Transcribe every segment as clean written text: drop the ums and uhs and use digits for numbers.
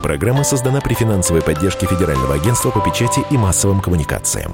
Программа создана при финансовой поддержке Федерального агентства по печати и массовым коммуникациям.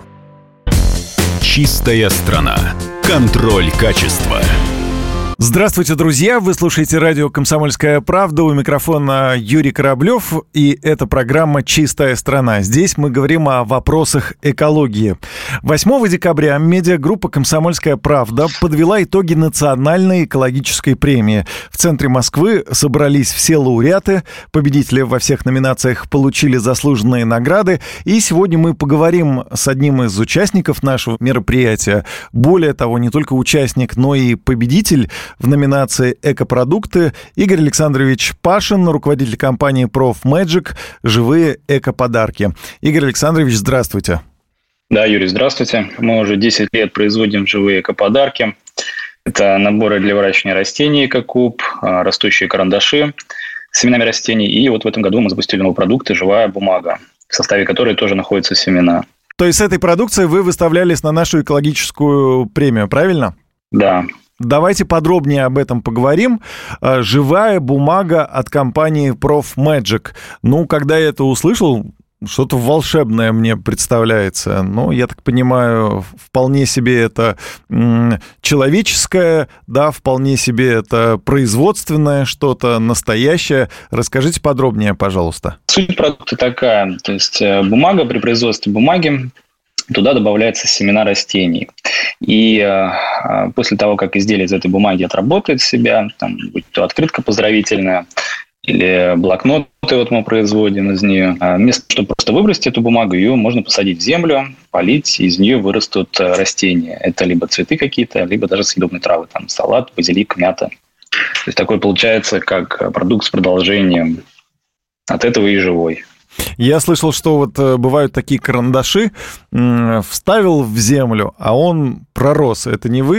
Чистая страна. Контроль качества. Здравствуйте, друзья! Вы слушаете радио «Комсомольская правда». У микрофона Юрий Кораблев, и это программа «Чистая страна». Здесь мы говорим о вопросах экологии. 8 декабря медиагруппа «Комсомольская правда» подвела итоги национальной экологической премии. В центре Москвы собрались все лауреаты, победители во всех номинациях получили заслуженные награды. И сегодня мы поговорим с одним из участников нашего мероприятия. Более того, не только участник, но и победитель в номинации «Экопродукты» Игорь Александрович Пашин, руководитель компании ProfMagic «Живые экоподарки». Игорь Александрович, здравствуйте. Да, Юрий, здравствуйте. Мы уже 10 лет производим живые экоподарки. Это наборы для выращивания растений, экокуб, растущие карандаши с семенами растений. И вот в этом году мы запустили новый продукт «Живая бумага», в составе которой тоже находятся семена. То есть с этой продукцией вы выставлялись на нашу экологическую премию, правильно? Да. Давайте подробнее об этом поговорим. Живая бумага от компании ProfMagic. Ну, когда я это услышал, что-то волшебное мне представляется. Ну, я так понимаю, вполне себе это человеческое, да, вполне себе это производственное что-то, настоящее. Расскажите подробнее, пожалуйста. Суть продукта такая. То есть бумага, при производстве бумаги, туда добавляются семена растений. И после того, как изделие из этой бумаги отработает себя, там, будь то открытка поздравительная или блокноты вот мы производим из нее, вместо того, чтобы просто выбросить эту бумагу, ее можно посадить в землю, полить, и из нее вырастут растения. Это либо цветы какие-то, либо даже съедобные травы, там салат, базилик, мята. То есть такой получается как продукт с продолжением от этого и живой. Я слышал, что вот бывают такие карандаши, вставил в землю, а он пророс. Это не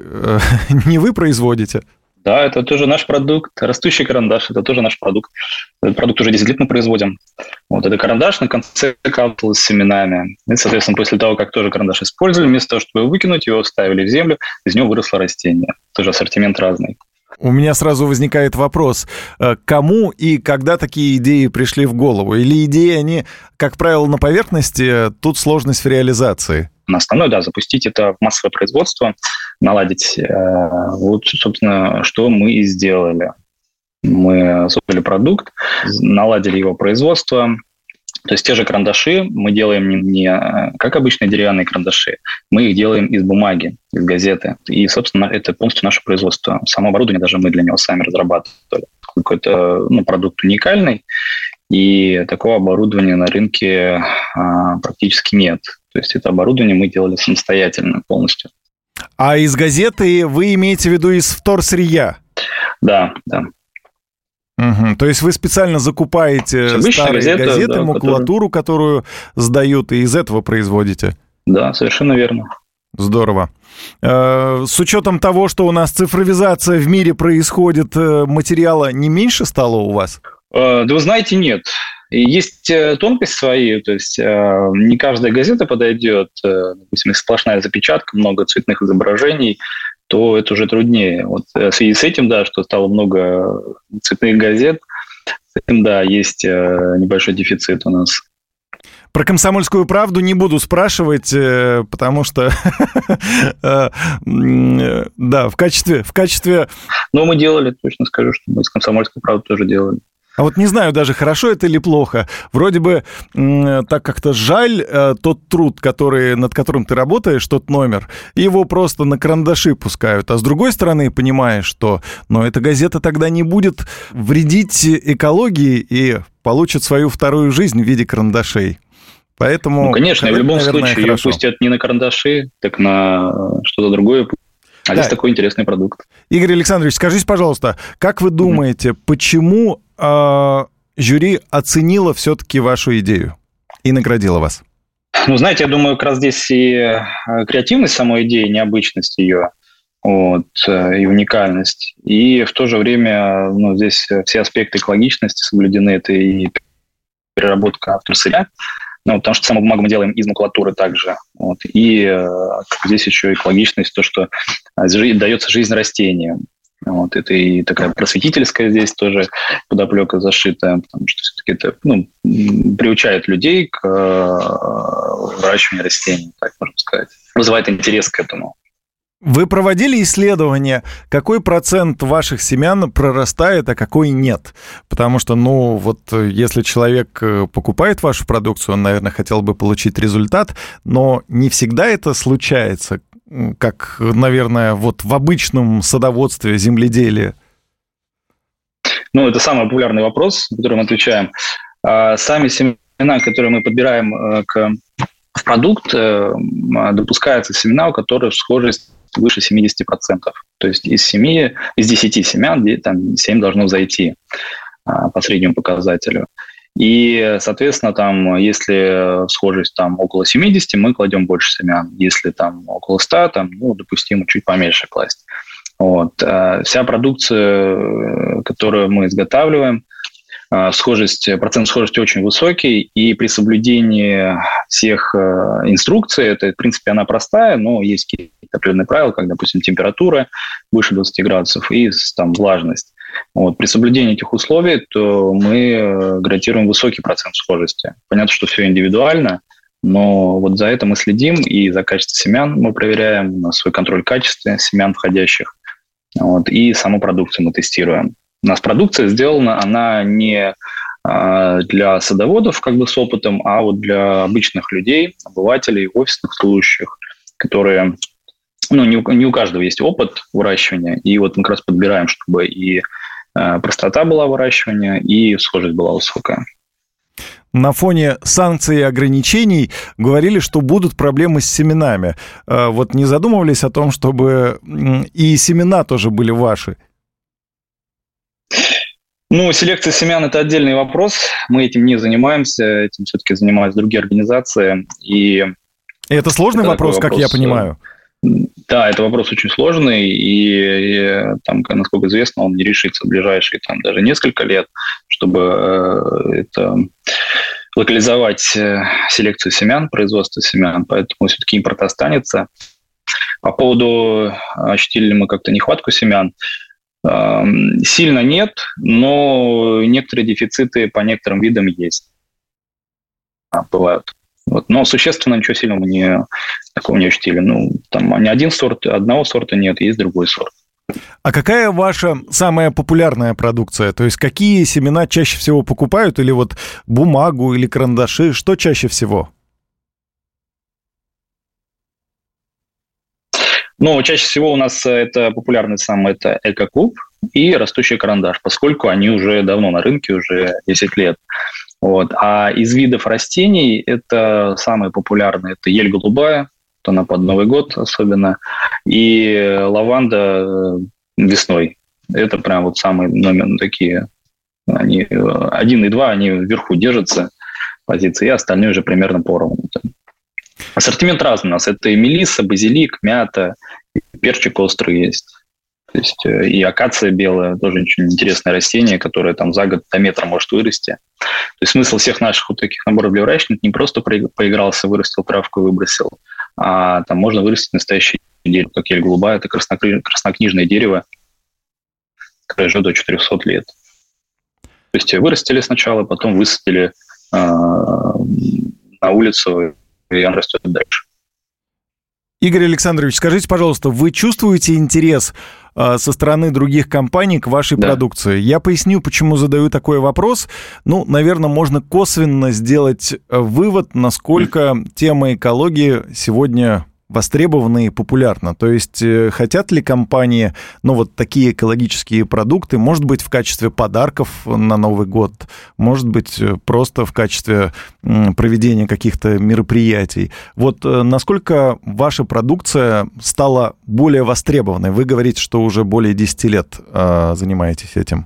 вы производите? Да, это тоже наш продукт. Растущий карандаш – это тоже наш продукт. Этот продукт уже 10 лет мы производим. Вот это карандаш на конце капсулы с семенами. И, соответственно, после того, как тоже карандаш использовали, вместо того, чтобы его выкинуть, его вставили в землю, из него выросло растение. Тоже ассортимент разный. У меня сразу возникает вопрос, кому и когда такие идеи пришли в голову? Или идеи, они, как правило, на поверхности, тут сложность в реализации? Основное, да, запустить это в массовое производство, наладить. Вот, собственно, что мы и сделали. Мы создали продукт, наладили его производство. То есть те же карандаши мы делаем не как обычные деревянные карандаши, мы их делаем из бумаги, из газеты. И, собственно, это полностью наше производство. Само оборудование даже мы для него сами разрабатывали. Какой-то продукт уникальный, и такого оборудования на рынке практически нет. То есть это оборудование мы делали самостоятельно полностью. А из газеты вы имеете в виду из вторсырья? Да, да. Угу. То есть вы специально закупаете старые газеты, да, макулатуру, которую сдают, и из этого производите? Да, совершенно верно. Здорово. С учетом того, что у нас цифровизация в мире происходит, материала не меньше стало у вас? Да вы знаете, нет. Есть тонкости свои, то есть не каждая газета подойдет, допустим, если сплошная запечатка, много цветных изображений, то это уже труднее. Вот в связи с этим, да, что стало много цветных газет, с этим, да, есть небольшой дефицит у нас. Про «Комсомольскую правду» не буду спрашивать, потому что, да, в качестве... Но мы делали, точно скажу, что мы с «Комсомольской правдой» тоже делали. А вот не знаю даже, хорошо это или плохо. Вроде бы так как-то жаль тот труд, над которым ты работаешь, тот номер, его просто на карандаши пускают. А с другой стороны, понимаешь, что эта газета тогда не будет вредить экологии и получит свою вторую жизнь в виде карандашей. Поэтому, конечно, в любом случае ее пустят не на карандаши, так на что-то другое. А здесь такой интересный продукт. Игорь Александрович, скажите, пожалуйста, как вы думаете, почему жюри оценило все-таки вашу идею и наградило вас? Знаете, я думаю, как раз здесь и креативность самой идеи, необычность ее, и уникальность. И в то же время здесь все аспекты экологичности соблюдены. Это и переработка вторсырья, потому что саму бумагу мы делаем из макулатуры также. И здесь еще экологичность, то, что дается жизнь растениям. Вот, это и такая просветительская здесь тоже подоплека зашитая, потому что все-таки это приучает людей к выращиванию растений, так можно сказать. Вызывает интерес к этому. Вы проводили исследования, какой процент ваших семян прорастает, а какой нет? Потому что, если человек покупает вашу продукцию, он, наверное, хотел бы получить результат, но не всегда это случается, как, наверное, в обычном садоводстве, земледелии. Это самый популярный вопрос, на который мы отвечаем. Сами семена, которые мы подбираем в продукт, допускаются семена, у которых схожесть выше 70%. То есть из 10 семян, там 7 должно зайти по среднему показателю. И, соответственно, там, если схожесть там около 70, мы кладем больше семян. Если там около 100, допустимо чуть поменьше класть. Вот. Вся продукция, которую мы изготавливаем, процент схожести очень высокий, и при соблюдении всех инструкций, это, в принципе, она простая, но есть какие-то определенные правила, как, допустим, температура выше 20 градусов и там влажность. Вот. При соблюдении этих условий, то мы гарантируем высокий процент схожести. Понятно, что все индивидуально, но за это мы следим, и за качество семян мы проверяем, свой контроль качества семян входящих, и саму продукцию мы тестируем. У нас продукция сделана, она не для садоводов с опытом, а для обычных людей, обывателей, офисных служащих, которые, не у каждого есть опыт выращивания, и мы как раз подбираем, чтобы и простота была выращивания, и схожесть была высокая. На фоне санкций и ограничений говорили, что будут проблемы с семенами. Не задумывались о том, чтобы и семена тоже были ваши? Селекция семян – это отдельный вопрос. Мы этим не занимаемся, этим все-таки занимаются другие организации. И это сложный вопрос, как я понимаю? Да, это вопрос очень сложный, и насколько известно, он не решится в ближайшие даже несколько лет, чтобы локализовать селекцию семян, производство семян, поэтому все-таки импорт останется. По поводу, ощутили ли мы как-то нехватку семян, сильно нет, но некоторые дефициты по некоторым видам есть. Бывают. Но существенно ничего сильного такого не ощутили. Ни одного сорта нет, есть другой сорт. А какая ваша самая популярная продукция? То есть какие семена чаще всего покупают? Или бумагу, или карандаши? Что чаще всего? Чаще всего у нас это популярный это Эко-Куб и растущий карандаш, поскольку они уже давно на рынке, уже 10 лет. А из видов растений это самые популярные. Это ель голубая, она под Новый год особенно, и лаванда весной. Это прям самые такие, они 1 и 2, они вверху держатся позиции, и остальные уже примерно поровну. Ассортимент разный у нас. Это и мелисса, базилик, мята, и перчик острый есть. То есть и акация белая, тоже очень интересное растение, которое за год до метра может вырасти. То есть смысл всех наших таких наборов для выращивания не просто поигрался, вырастил травку и выбросил, а можно вырастить настоящее дерево, как ель голубая, это краснокнижное дерево, которое живет до 400 лет. То есть вырастили сначала, потом высадили на улицу, и он растет дальше. Игорь Александрович, скажите, пожалуйста, вы чувствуете интерес со стороны других компаний к вашей продукции? Я поясню, почему задаю такой вопрос. Наверное, можно косвенно сделать вывод, насколько тема экологии сегодня востребована и популярна. То есть хотят ли компании, такие экологические продукты, может быть, в качестве подарков на Новый год, может быть, просто в качестве проведения каких-то мероприятий. Насколько ваша продукция стала более востребованной? Вы говорите, что уже более 10 лет занимаетесь этим.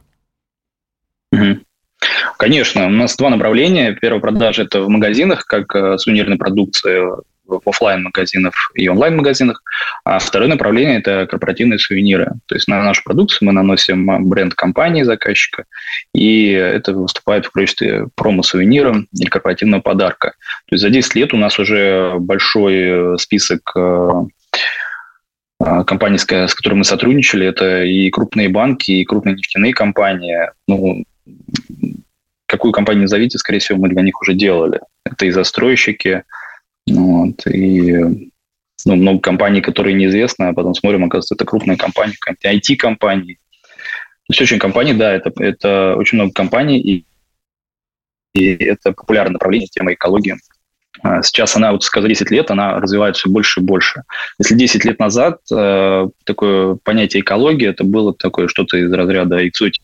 Конечно, у нас 2 направления. Первая продажа – это в магазинах, как сувенирная продукция, в офлайн-магазинах и онлайн-магазинах, а второе направление – это корпоративные сувениры. То есть на нашу продукцию мы наносим бренд компании заказчика, и это выступает в качестве промо-сувенира или корпоративного подарка. То есть за 10 лет у нас уже большой список компаний, с которыми мы сотрудничали, это и крупные банки, и крупные нефтяные компании. Какую компанию назовите, скорее всего, мы для них уже делали. Это и застройщики, и много компаний, которые неизвестны, а потом смотрим, оказывается, это крупные компании, IT-компании. То есть очень компаний, да, это очень много компаний, и это популярное направление, тема экологии. Сейчас она, за 10 лет, она развивается все больше и больше. Если 10 лет назад такое понятие экологии, это было такое что-то из разряда экзотики.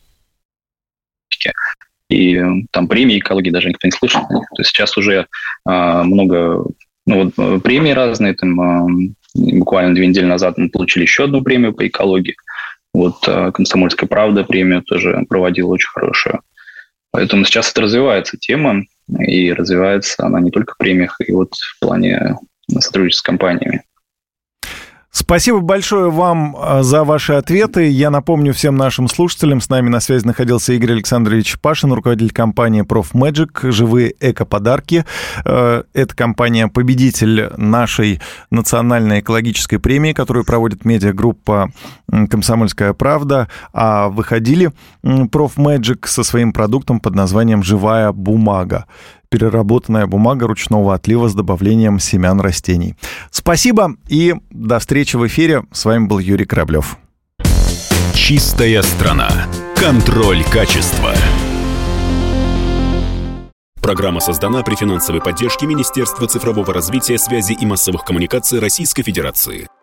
И там премии экологии даже никто не слышал. То есть сейчас уже много премий разные. Буквально 2 недели назад мы получили еще одну премию по экологии. «Комсомольская правда» премию тоже проводила очень хорошую. Поэтому сейчас это развивается тема, и развивается она не только в премиях, и в плане сотрудничества с компаниями. Спасибо большое вам за ваши ответы. Я напомню всем нашим слушателям, с нами на связи находился Игорь Александрович Пашин, руководитель компании ProfMagic, живые эко-подарки. Это компания-победитель нашей национальной экологической премии, которую проводит медиагруппа «Комсомольская правда». А выходили ProfMagic со своим продуктом под названием «Живая бумага». Переработанная бумага ручного отлива с добавлением семян растений. Спасибо и до встречи в эфире. С вами был Юрий Кораблев. Чистая страна. Контроль качества. Программа создана при финансовой поддержке Министерства цифрового развития, связи и массовых коммуникаций Российской Федерации.